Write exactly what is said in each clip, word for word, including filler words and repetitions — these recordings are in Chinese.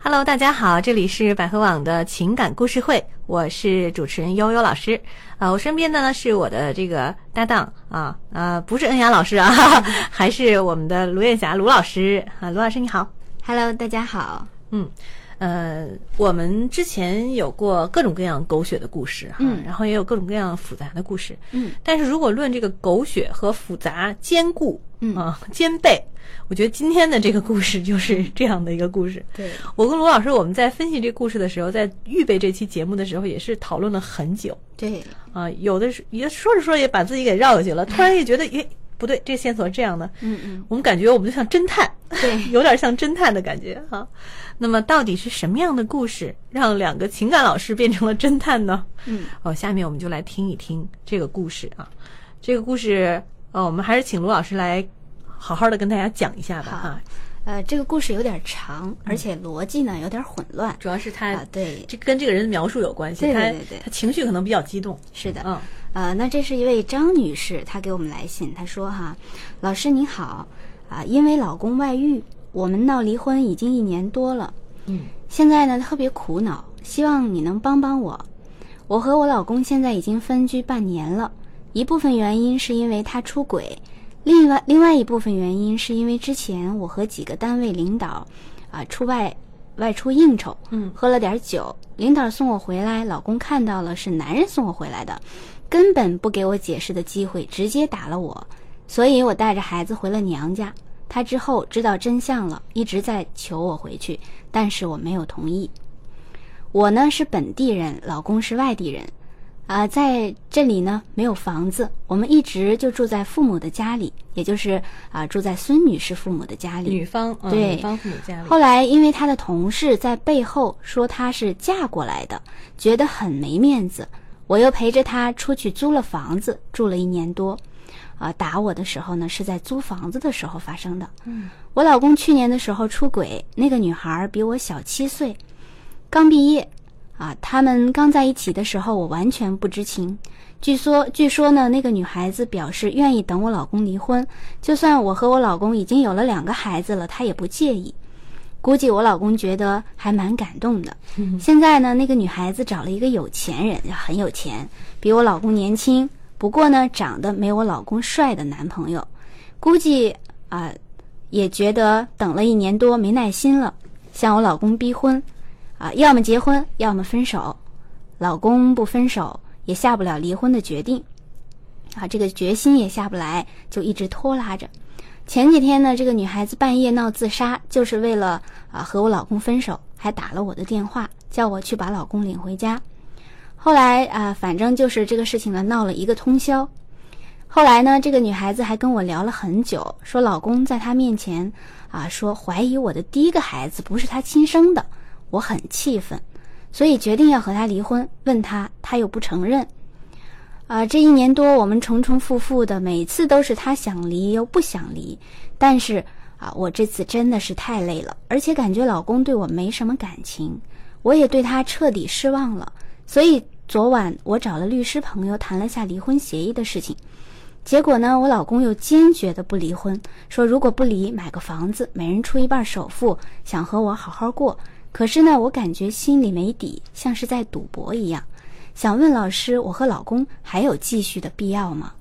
Hello， 大家好，这里是百合网的情感故事会，我是主持人悠悠老师。啊，我身边的呢是我的这个搭档啊，呃，不是恩雅老师啊，哈哈还是我们的卢艳霞卢老师啊，卢老师你好。 Hello， 大家好。 嗯。呃，我们之前有过各种各样狗血的故事哈， 嗯， 然后也有各种各样复杂的故事， 嗯， 但是如果论这个狗血和复杂兼顾， 嗯啊兼备，我觉得今天的这个故事就是这样的一个故事。 对， 我跟卢老师我们在分析这个故事的时候，在预备这期节目的时候，也是讨论了很久。 对， 啊，有的是也说着说着也把自己给绕过去了，突然也觉得，诶，不对，这线索是这样的， 嗯嗯， 我们感觉我们就像侦探， 对， 有点像侦探的感觉哈。那么到底是什么样的故事让两个情感老师变成了侦探呢？ 嗯， 哦，下面我们就来听一听这个故事啊。这个故事，呃、哦，我们还是请卢老师来好好的跟大家讲一下吧哈。 呃，这个故事有点长，而且逻辑呢有点混乱， 主要是他、 啊、对， 这跟这个人的描述有关系， 对对对对， 他情绪可能比较激动。 是的， 嗯， 呃，那这是一位张女士，她给我们来信，她说哈，老师您好啊、呃，因为老公外遇，我们闹离婚已经一年多了， 嗯，现在呢特别苦恼，希望你能帮帮我。我和我老公现在已经分居半年了，一部分原因是因为他出轨。另外，另外一部分原因是因为之前我和几个单位领导，啊、呃，出外外出应酬， 嗯， 喝了点酒，领导送我回来，老公看到了是男人送我回来的，根本不给我解释的机会，直接打了我，所以我带着孩子回了娘家。他之后知道真相了，一直在求我回去，但是我没有同意。我呢是本地人，老公是外地人。啊、呃，在这里呢没有房子，我们一直就住在父母的家里，也就是啊、呃、住在孙女士父母的家里。 女方、嗯、 对， 女方父母家里。 后来因为她的同事在背后说她是嫁过来的，觉得很没面子，我又陪着她出去租了房子，住了一年多。啊、呃，打我的时候呢是在租房子的时候发生的。 嗯， 我老公去年的时候出轨，那个女孩比我小七岁，刚毕业。啊，他们刚在一起的时候，我完全不知情。据说，据说呢，那个女孩子表示愿意等我老公离婚，就算我和我老公已经有了两个孩子了，她也不介意。估计我老公觉得还蛮感动的。现在呢，那个女孩子找了一个有钱人，很有钱，比我老公年轻，不过呢，长得没我老公帅的男朋友。估计啊、呃，也觉得等了一年多没耐心了，向我老公逼婚。啊，要么结婚，要么分手。老公不分手，也下不了离婚的决定，啊，这个决心也下不来，就一直拖拉着。前几天呢，这个女孩子半夜闹自杀，就是为了啊和我老公分手，还打了我的电话，叫我去把老公领回家。后来啊，反正就是这个事情呢，闹了一个通宵。后来呢，这个女孩子还跟我聊了很久，说老公在她面前啊说怀疑我的第一个孩子不是她亲生的。我很气愤，所以决定要和他离婚，问他，他又不承认。啊、呃，这一年多我们重重复复的，每次都是他想离又不想离，但是啊，我这次真的是太累了，而且感觉老公对我没什么感情，我也对他彻底失望了，所以昨晚我找了律师朋友谈了下离婚协议的事情。结果呢，我老公又坚决的不离婚，说如果不离，买个房子，每人出一半首付，想和我好好过。可是呢，我感觉心里没底，像是在赌博一样。想问老师，我和老公还有继续的必要吗？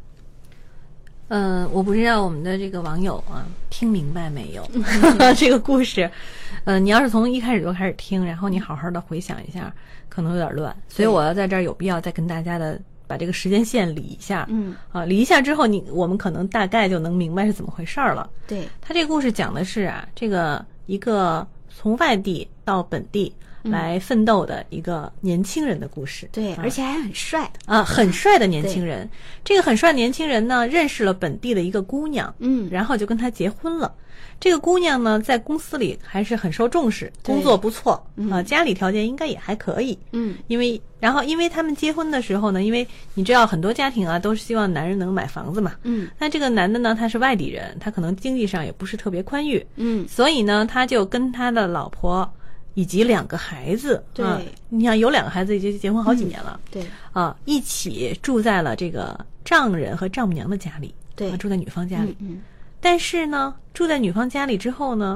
呃，我不知道我们的这个网友啊听明白没有这个故事。呃，你要是从一开始就开始听，然后你好好的回想一下，可能有点乱，所以我要在这儿有必要再跟大家的把这个时间线理一下。 嗯，啊， 理一下之后，你我们可能大概就能明白是怎么回事了。 对， 他这个故事讲的是啊，这个一个从外地到本地来奋斗的一个年轻人的故事。 嗯、对、啊，而且还很帅啊，很帅的年轻人。这个很帅的年轻人呢，认识了本地的一个姑娘， 嗯， 然后就跟他结婚了。这个姑娘呢，在公司里还是很受重视，工作不错、嗯、啊，家里条件应该也还可以。 嗯， 因为然后因为他们结婚的时候呢，因为你知道很多家庭啊都是希望男人能买房子嘛。 嗯， 那这个男的呢，他是外地人，他可能经济上也不是特别宽裕。 嗯， 所以呢，他就跟他的老婆以及两个孩子， 对、 啊，你看有两个孩子已经结婚好几年了。 嗯、对啊，一起住在了这个丈人和丈母娘的家里。 对、 啊，住在女方家里。 嗯嗯， 但是呢，住在女方家里之后呢，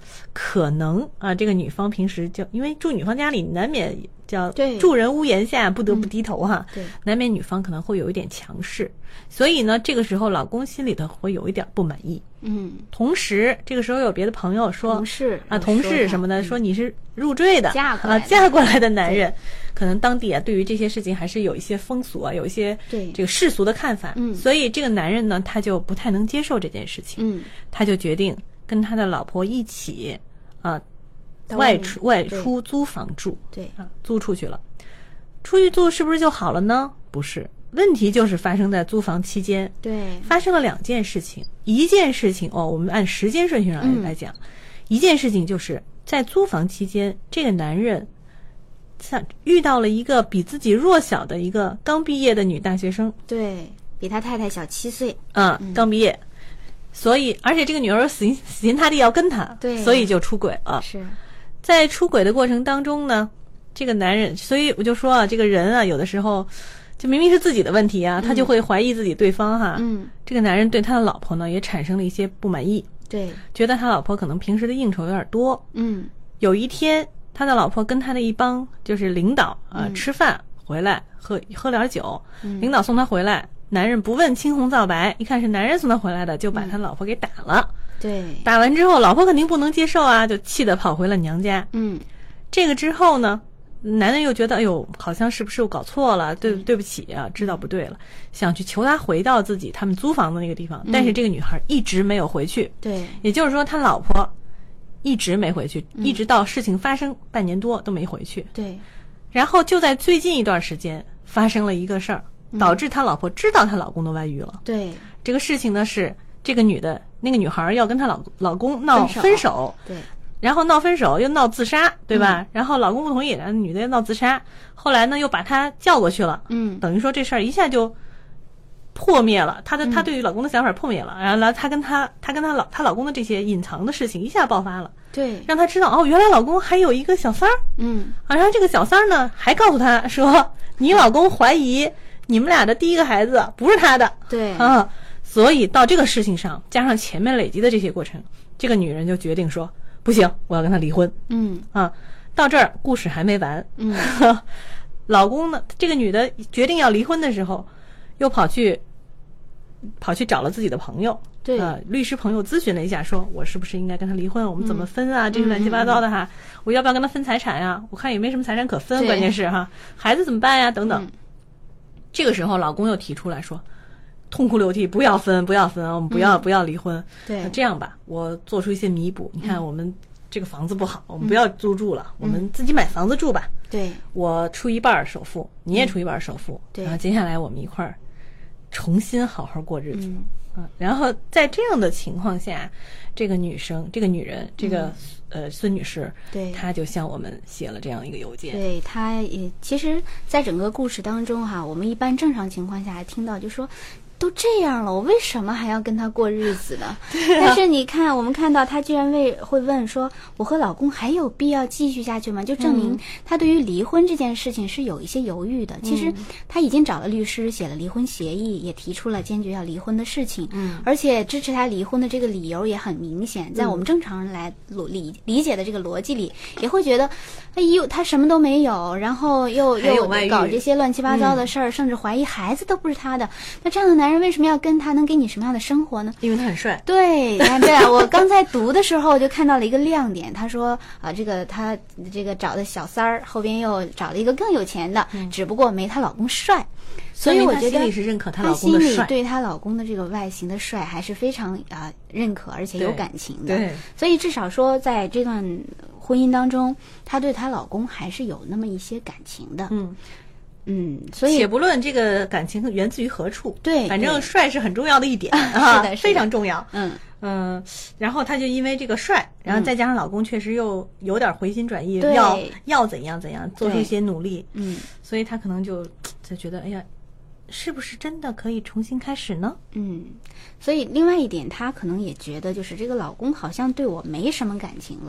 可能啊，这个女方平时就因为住女方家里，难免叫对住人屋檐下，不得不低头哈。 嗯、对， 难免女方可能会有一点强势，所以呢，这个时候老公心里头会有一点不满意。 嗯， 同时这个时候有别的朋友说， 同事啊，同事什么的、嗯、说你是入赘的， 嫁过来的啊，嫁过来的男人，可能当地啊对于这些事情还是有一些风俗啊，有一些对这个世俗的看法。 嗯， 所以这个男人呢，他就不太能接受这件事情。 嗯， 他就决定跟他的老婆一起啊外出外出租房住。 对啊，租出去了。出去住是不是就好了呢？不是，问题就是发生在租房期间。 对， 发生了两件事情。一件事情哦，我们按时间顺序上来来讲、嗯，一件事情就是在租房期间，这个男人像遇到了一个比自己弱小的一个刚毕业的女大学生， 对，比他太太小七岁， 嗯，嗯刚毕业，所以而且这个女儿死心死心塌地要跟他， 对， 所以就出轨了。 是在出轨的过程当中呢，这个男人，所以我就说啊，这个人啊，有的时候就明明是自己的问题啊，他就会怀疑自己对方哈。 嗯， 这个男人对他的老婆呢，也产生了一些不满意， 对， 觉得他老婆可能平时的应酬有点多。 嗯， 有一天，他的老婆跟他的一帮就是领导啊、呃嗯、 吃饭回来，喝喝点酒、 嗯， 领导送他回来，男人不问青红皂白，一看是男人送他回来的，就把他老婆给打了。 嗯、对， 打完之后，老婆肯定不能接受啊，就气得跑回了娘家。 嗯， 这个之后呢，男人又觉得，哎呦，好像是不是我搞错了？对，对不起啊，知道不对了，想去求他回到自己他们租房的那个地方，但是这个女孩一直没有回去。 对， 也就是说，他老婆一直没回去， 嗯、 一直到事情发生半年多都没回去。 对， 然后就在最近一段时间发生了一个事儿，导致他老婆知道她老公的外遇了。 对， 这个事情呢是这个女的，那个女孩要跟她老老公闹分手，分手对。 然后闹分手又闹自杀，对吧、嗯、然后老公不同意，然后女的又闹自杀，后来呢又把她叫过去了， 嗯， 等于说这事儿一下就破灭了，她的她对于老公的想法破灭了，然后她跟她她跟她老她老公的这些隐藏的事情一下爆发了， 对， 让她知道哦，原来老公还有一个小三儿， 嗯， 啊，然后这个小三儿呢还告诉她说，你老公怀疑你们俩的第一个孩子不是他的， 对啊，所以到这个事情上，加上前面累积的这些过程，这个女人就决定说。不行，我要跟他离婚。 嗯啊，到这儿故事还没完。 嗯， 老公呢，这个女的决定要离婚的时候，又跑去跑去找了自己的朋友， 对啊，律师朋友咨询了一下，说我是不是应该跟他离婚？我们怎么分啊？ 嗯、 这是乱七八糟的哈、嗯，我要不要跟他分财产呀？我看也没什么财产可分，关键是哈，孩子怎么办呀？等等。嗯、这个时候，老公又提出来说。痛哭流涕，不要分，不要分，我们不要、嗯、不要离婚。 对， 那这样吧，我做出一些弥补。你看，我们这个房子不好，我们不要租住了， 嗯、 我们自己买房子住吧。 对， 我出一半首付，你也出一半首付。 对、嗯， 然后接下来我们一块儿重新好好过日子。 嗯啊，然后在这样的情况下，这个女生，这个女人，这个、 嗯、 呃孙女士， 对， 她就向我们写了这样一个邮件。 对，她也其实，在整个故事当中哈，我们一般正常情况下还听到就说。都这样了，我为什么还要跟他过日子呢？啊、但是你看，我们看到他居然为会问说，我和老公还有必要继续下去吗？就证明他对于离婚这件事情是有一些犹豫的。嗯、其实他已经找了律师，写了离婚协议，也提出了坚决要离婚的事情。嗯，而且支持他离婚的这个理由也很明显，在我们正常人来理理解的这个逻辑里，也会觉得，哎呦，他什么都没有，然后又又搞这些乱七八糟的事儿、嗯，甚至怀疑孩子都不是他的。那这样的男人。为什么要跟他？能给你什么样的生活呢？ 因为他很帅。 对，对啊，我刚才读的时候就看到了一个亮点，他说啊，这个他这个找的小三儿，后边又找了一个更有钱的，嗯、只不过没她老公帅。所以我觉得她心里是认可她老公的帅， 她心里对她老公的这个外形的帅还是非常啊、呃、认可，而且有感情的。 对， 所以至少说在这段婚姻当中，她对她老公还是有那么一些感情的。 嗯。 嗯，所以且不论这个感情源自于何处， 对， 反正帅是很重要的一点啊， 是的， 非常重要。 嗯嗯、呃，然后她就因为这个帅，然后再加上老公确实又有点回心转意， 嗯、 要要怎样怎样，做出一些努力， 嗯， 所以她可能就就觉得，哎呀，是不是真的可以重新开始呢？ 嗯，所以另外一点，她可能也觉得，就是这个老公好像对我没什么感情了。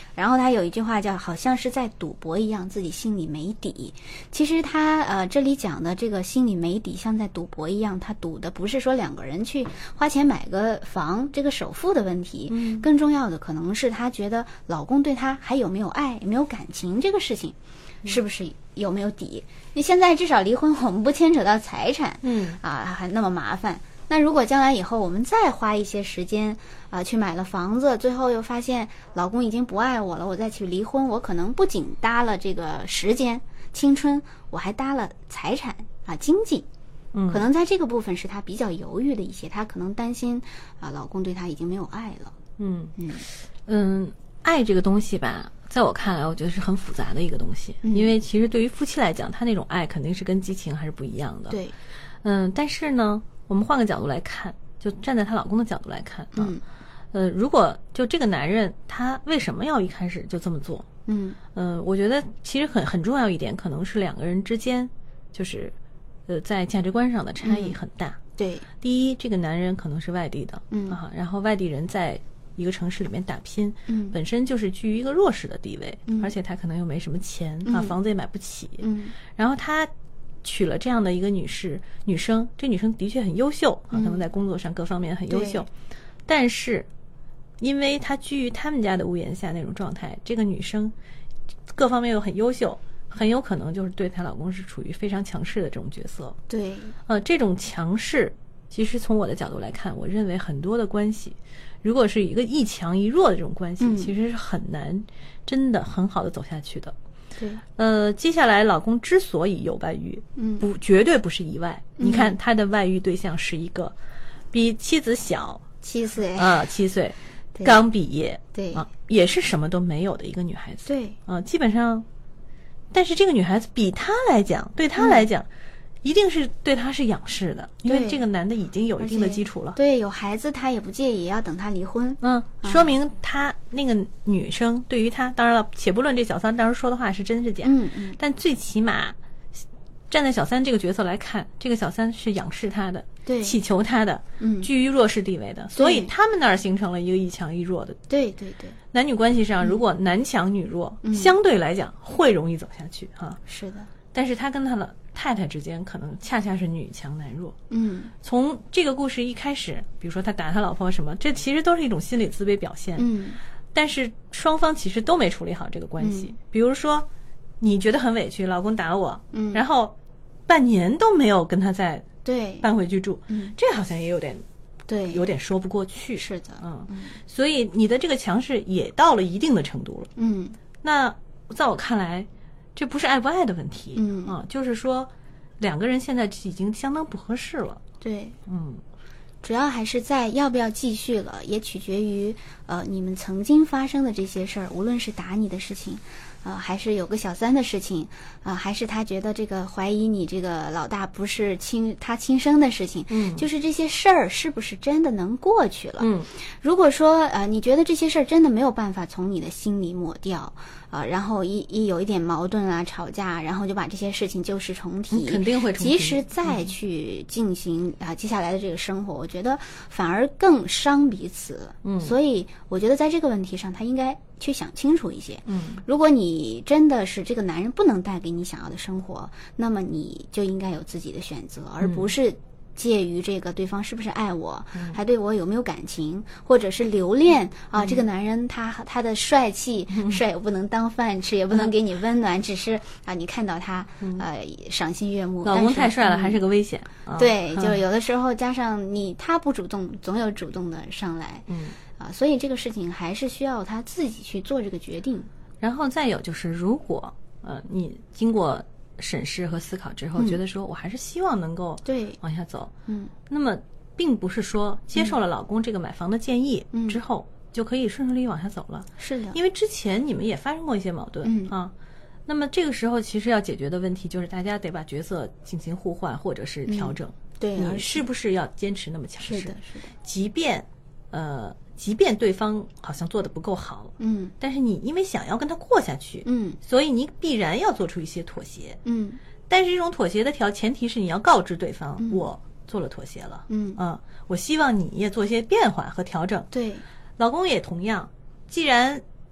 然后他有一句话叫好像是在赌博一样，自己心里没底。其实他呃这里讲的这个心里没底像在赌博一样，他赌的不是说两个人去花钱买个房这个首付的问题， 嗯， 更重要的可能是他觉得老公对他还有没有爱，有没有感情这个事情，是不是有没有底？你现在至少离婚我们不牵扯到财产， 嗯啊还那么麻烦。那如果将来以后我们再花一些时间啊、呃、去买了房子，最后又发现老公已经不爱我了，我再去离婚，我可能不仅搭了这个时间青春，我还搭了财产啊经济。 嗯， 可能在这个部分是他比较犹豫的一些，他可能担心啊老公对他已经没有爱了。 嗯嗯嗯，爱这个东西吧，在我看来我觉得是很复杂的一个东西， 嗯、 因为其实对于夫妻来讲，他那种爱肯定是跟激情还是不一样的。 对， 嗯，但是呢我们换个角度来看，就站在她老公的角度来看啊， 嗯， 呃，如果就这个男人他为什么要一开始就这么做？ 嗯嗯、呃，我觉得其实很很重要一点，可能是两个人之间就是呃在价值观上的差异很大。 嗯、对， 第一，这个男人可能是外地的， 嗯啊，然后外地人在一个城市里面打拼， 嗯， 本身就是居于一个弱势的地位， 嗯， 而且他可能又没什么钱、 嗯、 啊，房子也买不起， 嗯， 然后他娶了这样的一个女士女生，这女生的确很优秀啊，可能在工作上各方面很优秀，但是因为她居于他们家的屋檐下那种状态，这个女生各方面又很优秀，很有可能就是对她老公是处于非常强势的这种角色。 对， 呃，这种强势其实从我的角度来看，我认为很多的关系如果是一个一强一弱的这种关系、 嗯、 其实是很难真的很好的走下去的。 对， 呃，接下来老公之所以有外遇， 嗯， 不绝对不是意外。 嗯、 你看他的外遇对象是一个比妻子小七岁啊、呃，七岁，刚毕业， 对啊，也是什么都没有的一个女孩子， 对啊、呃，基本上，但是这个女孩子比他来讲，对他来讲。嗯一定是对他是仰视的，因为这个男的已经有一定的基础了。 对，有孩子他也不介意，要等他离婚。 嗯，说明他那个女生对于他，当然了，且不论这小三当时说的话是真是假， 嗯嗯， 但最起码站在小三这个角色来看，这个小三是仰视他的， 对， 祈求他的， 嗯， 居于弱势地位的，所以他们那儿形成了一个一强一弱的。 对对对， 男女关系上，如果男强女弱， 嗯、 相对来讲会容易走下去哈。 是的。 但是他跟他的太太之间可能恰恰是女强男弱。 嗯， 从这个故事一开始，比如说他打他老婆什么，这其实都是一种心理自卑表现。 嗯， 但是双方其实都没处理好这个关系。 嗯、 比如说，你觉得很委屈，老公打我， 嗯， 然后半年都没有跟他再对搬回去住， 嗯， 这好像也有点对， 有点说不过去。 是的， 嗯， 嗯所以你的这个强势也到了一定的程度了。 嗯， 那在我看来。这不是爱不爱的问题， 嗯啊，就是说，两个人现在已经相当不合适了。 对， 嗯， 主要还是在要不要继续了，也取决于呃你们曾经发生的这些事儿，无论是打你的事情，呃，还是有个小三的事情，啊、呃，还是他觉得这个怀疑你这个老大不是亲他亲生的事情， 嗯， 就是这些事儿是不是真的能过去了？ 嗯， 如果说呃你觉得这些事儿真的没有办法从你的心里抹掉。啊，然后一一有一点矛盾啊，吵架，然后就把这些事情旧事重提， 肯定会重提。 即使再去进行、嗯、啊接下来的这个生活，我觉得反而更伤彼此。 嗯， 所以我觉得在这个问题上，他应该去想清楚一些。 嗯， 如果你真的是这个男人不能带给你想要的生活，那么你就应该有自己的选择，而不是。介于这个对方是不是爱我、嗯、还对我有没有感情，或者是留恋、嗯、啊这个男人他他的帅气、嗯、帅也不能当饭吃，也不能给你温暖、嗯、只是啊你看到他、嗯、呃赏心悦目， 老公太帅了、嗯、还是个危险、 嗯、对、嗯、就有的时候加上你他不主动总有主动的上来， 嗯啊所以这个事情还是需要他自己去做这个决定。 然后再有就是如果呃你经过审视和思考之后、嗯、觉得说我还是希望能够对往下走， 嗯， 那么并不是说接受了老公这个买房的建议之后、嗯、就可以顺顺利利往下走了， 是的， 因为之前你们也发生过一些矛盾、 嗯、 啊，那么这个时候其实要解决的问题就是大家得把角色进行互换或者是调整、 嗯、对， 你是不是要坚持那么强势？ 是的，是的， 即便呃即便对方好像做得不够好， 嗯， 但是你因为想要跟他过下去， 嗯， 所以你必然要做出一些妥协， 嗯， 但是这种妥协的条前提是你要告知对方、 嗯、 我做了妥协了， 嗯啊，我希望你也做些变化和调整。 对， 老公也同样，既然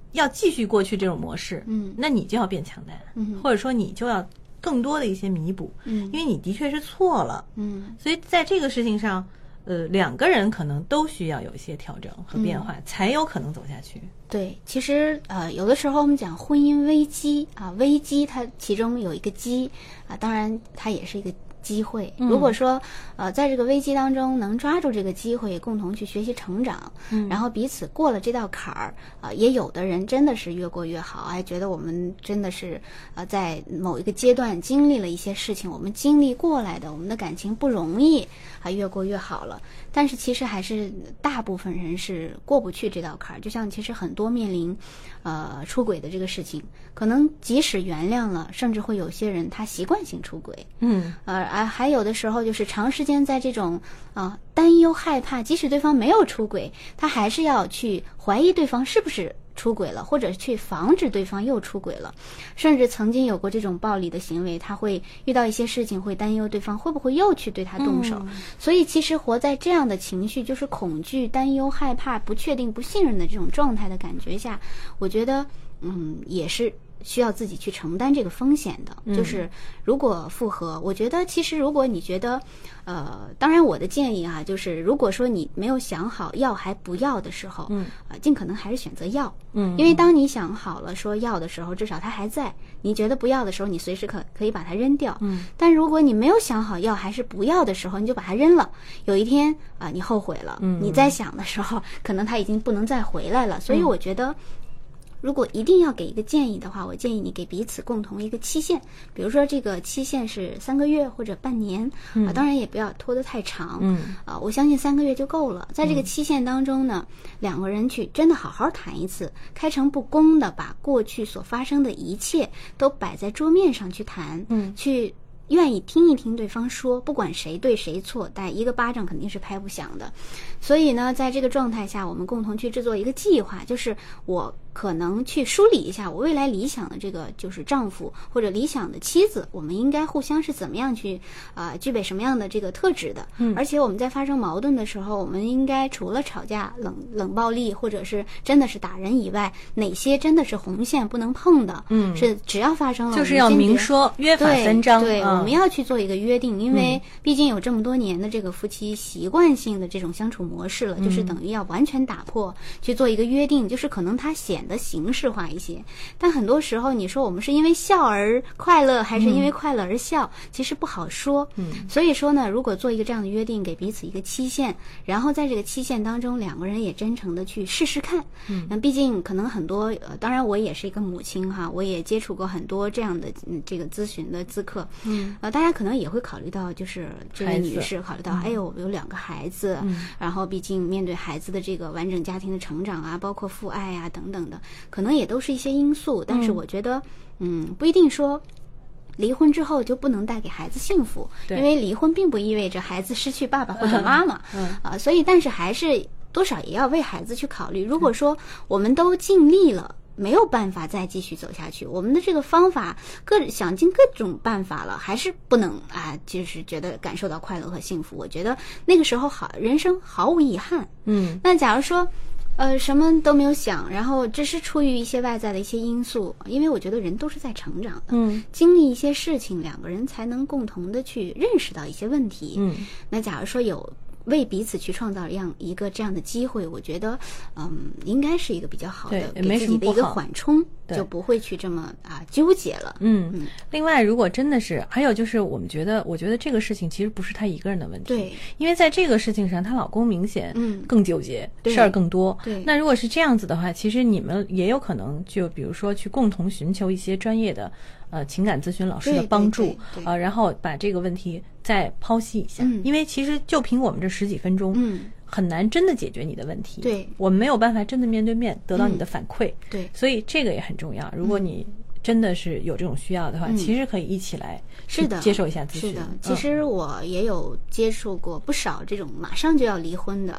要继续过去这种模式， 嗯， 那你就要变强大， 嗯， 或者说你就要更多的一些弥补， 嗯， 因为你的确是错了， 嗯， 所以在这个事情上，呃，两个人可能都需要有一些调整和变化，嗯、才有可能走下去。 对，其实呃，有的时候我们讲婚姻危机啊，危机它其中有一个机啊，当然它也是一个机会。如果说呃，在这个危机当中能抓住这个机会，共同去学习成长，嗯，然后彼此过了这道坎儿啊、呃，也有的人真的是越过越好，还觉得我们真的是呃，在某一个阶段经历了一些事情，我们经历过来的，我们的感情不容易啊，越过越好了。但是其实还是大部分人是过不去这道坎儿，就像其实很多面临呃出轨的这个事情，可能即使原谅了，甚至会有些人他习惯性出轨， 嗯， 呃，啊，还有的时候就是长时间在这种啊、呃、担忧害怕，即使对方没有出轨，他还是要去怀疑对方是不是出轨了，或者去防止对方又出轨了，甚至曾经有过这种暴力的行为，他会遇到一些事情会担忧对方会不会又去对他动手、嗯、所以其实活在这样的情绪，就是恐惧、担忧、害怕、不确定、不信任的这种状态的感觉下，我觉得嗯也是需要自己去承担这个风险的。就是如果复合，我觉得其实如果你觉得呃当然我的建议啊，就是如果说你没有想好要还不要的时候，嗯呃尽可能还是选择要，嗯因为当你想好了说要的时候，至少它还在，你觉得不要的时候，你随时可可以把它扔掉，嗯但如果你没有想好要还是不要的时候，你就把它扔了，有一天啊、呃、你后悔了，嗯你在想的时候可能它已经不能再回来了。所以我觉得如果一定要给一个建议的话，我建议你给彼此共同一个期限，比如说这个期限是三个月或者半年、嗯、啊，当然也不要拖得太长，嗯啊，我相信三个月就够了。在这个期限当中呢，嗯、两个人去真的好好谈一次，开诚布公的把过去所发生的一切都摆在桌面上去谈，嗯，去愿意听一听对方说，不管谁对谁错，但一个巴掌肯定是拍不响的。所以呢，在这个状态下，我们共同去制作一个计划，就是我可能去梳理一下我未来理想的这个就是丈夫或者理想的妻子，我们应该互相是怎么样去啊、呃、具备什么样的这个特质的。嗯，而且我们在发生矛盾的时候，我们应该除了吵架、冷冷暴力或者是真的是打人以外，哪些真的是红线不能碰的？嗯，是只要发生了， 就是要明说，约法三章。 对，对嗯、 我们要去做一个约定，因为毕竟有这么多年的这个夫妻习惯性的这种相处模式了，嗯、就是等于要完全打破，去做一个约定，就是可能它显得形式化一些，但很多时候你说我们是因为笑而快乐，还是因为快乐而笑，嗯、其实不好说。嗯，所以说呢，如果做一个这样的约定，给彼此一个期限，然后在这个期限当中，两个人也真诚的去试试看。嗯，那毕竟可能很多，呃，当然我也是一个母亲哈，我也接触过很多这样的、嗯、这个咨询的咨客。嗯，呃，大家可能也会考虑到，就是这位女士考虑到，哎呦，我有两个孩子，嗯、然后毕竟面对孩子的这个完整家庭的成长啊，包括父爱啊等等的。可能也都是一些因素，但是我觉得，嗯，嗯不一定说离婚之后就不能带给孩子幸福，因为离婚并不意味着孩子失去爸爸或者妈妈，嗯啊、呃，所以但是还是多少也要为孩子去考虑。如果说我们都尽力了，没有办法再继续走下去，我们的这个方法各想尽各种办法了，还是不能啊，就是觉得感受到快乐和幸福。我觉得那个时候好，人生毫无遗憾。嗯，那假如说。呃，什么都没有想，然后只是出于一些外在的一些因素，因为我觉得人都是在成长的，嗯，经历一些事情，两个人才能共同的去认识到一些问题，嗯，那假如说有为彼此去创造这样一个这样的机会，我觉得，嗯，应该是一个比较好的给自己的一个缓冲，就不会去这么啊纠结了。嗯嗯。 另外，如果真的是，还有就是，我们觉得，我觉得这个事情其实不是她一个人的问题， 对， 因为在这个事情上，她老公明显嗯更纠结，嗯、事儿更多。 对。 那如果是这样子的话，其实你们也有可能就比如说去共同寻求一些专业的。呃，情感咨询老师的帮助， 对对对对呃，然后把这个问题再剖析一下，嗯、因为其实就凭我们这十几分钟，嗯，很难真的解决你的问题， 对， 我们没有办法真的面对面得到你的反馈， 嗯、对， 所以这个也很重要。如果你真的是有这种需要的话，嗯、其实可以一起来是的接受一下咨询。 是的，其实我也有接触过不少这种马上就要离婚的。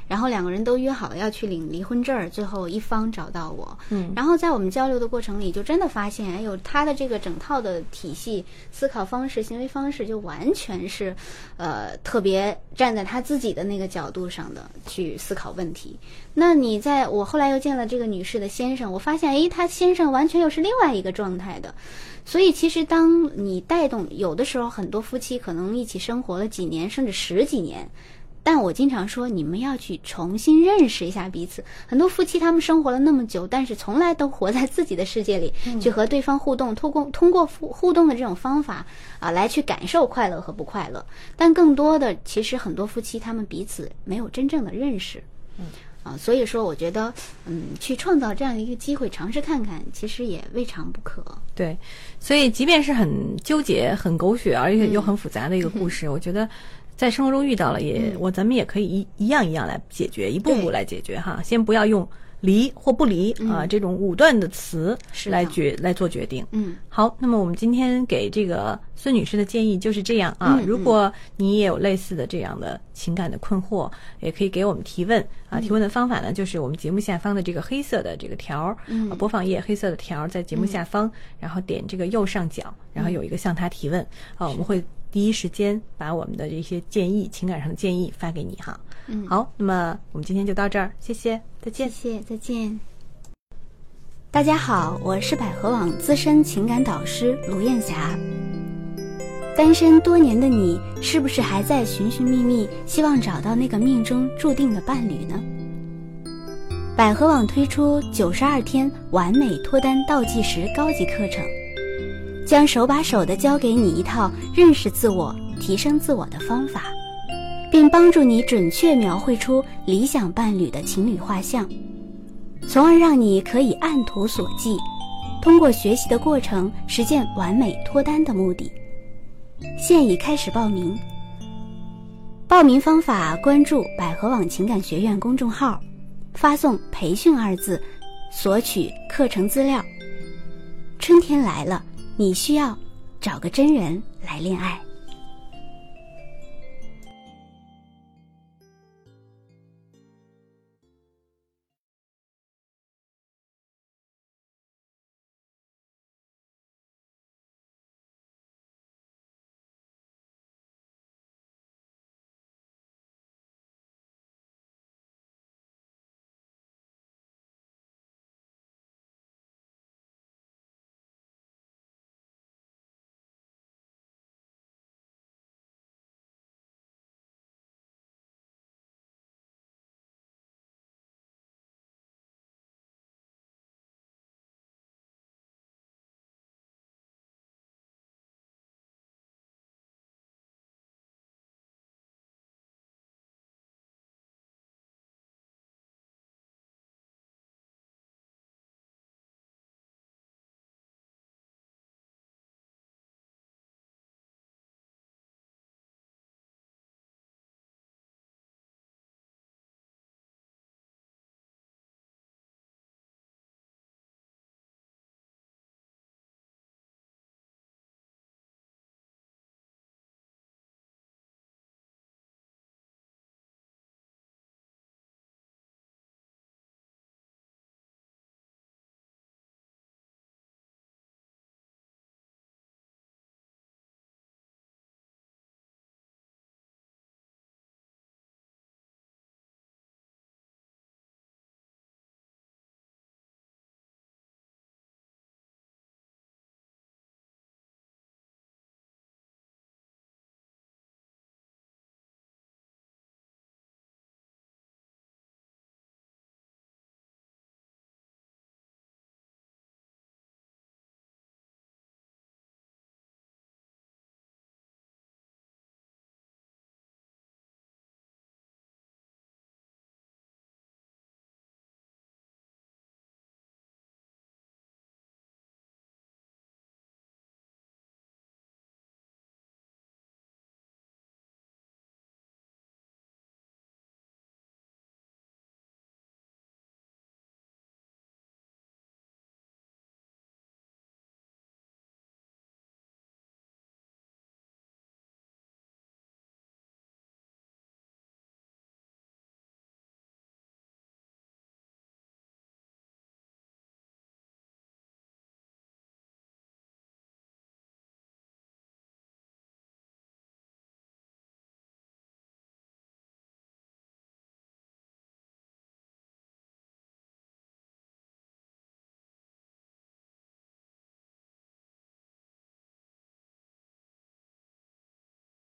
然后两个人都约好要去领离婚证儿，最后一方找到我， 嗯， 然后在我们交流的过程里，就真的发现，哎呦，他的这个整套的体系、思考方式、行为方式，就完全是，呃，特别站在他自己的那个角度上的去思考问题。那你在我后来又见了这个女士的先生，我发现，哎，他先生完全又是另外一个状态的。所以其实当你带动，有的时候很多夫妻可能一起生活了几年甚至十几年，但我经常说你们要去重新认识一下彼此。很多夫妻他们生活了那么久，但是从来都活在自己的世界里，嗯、去和对方互动，通过通过互动的这种方法啊，来去感受快乐和不快乐。但更多的，其实很多夫妻他们彼此没有真正的认识。嗯。啊，所以说我觉得，嗯，去创造这样一个机会，尝试看看，其实也未尝不可。 对，所以即便是很纠结、很狗血，而且又很复杂的一个故事，嗯、我觉得在生活中遇到了也，也、嗯、我咱们也可以一一样一样来解决，一步步来解决哈。先不要用离或不离、嗯、啊这种武断的词来决来做决定。嗯，好，那么我们今天给这个孙女士的建议就是这样啊。嗯、如果你也有类似的这样的情感的困惑，也可以给我们提问啊。提问的方法呢，就是我们节目下方的这个黑色的这个条，嗯，播放页黑色的条在节目下方，嗯、然后点这个右上角，然后有一个向他提问啊，我们会第一时间把我们的这些建议、情感上的建议发给你哈。嗯，好，那么我们今天就到这儿，谢谢，再见。 谢谢，再见。大家好，我是百合网资深情感导师卢艳霞。单身多年的你，是不是还在寻寻觅觅，希望找到那个命中注定的伴侣呢？百合网推出九十二天完美脱单倒计时高级课程，将手把手地教给你一套认识自我、提升自我的方法，并帮助你准确描绘出理想伴侣的情侣画像，从而让你可以按图索骥，通过学习的过程实现完美脱单的目的。现已开始报名，报名方法关注百合网情感学院公众号，发送培训二字，索取课程资料。春天来了，你需要找个真人来恋爱。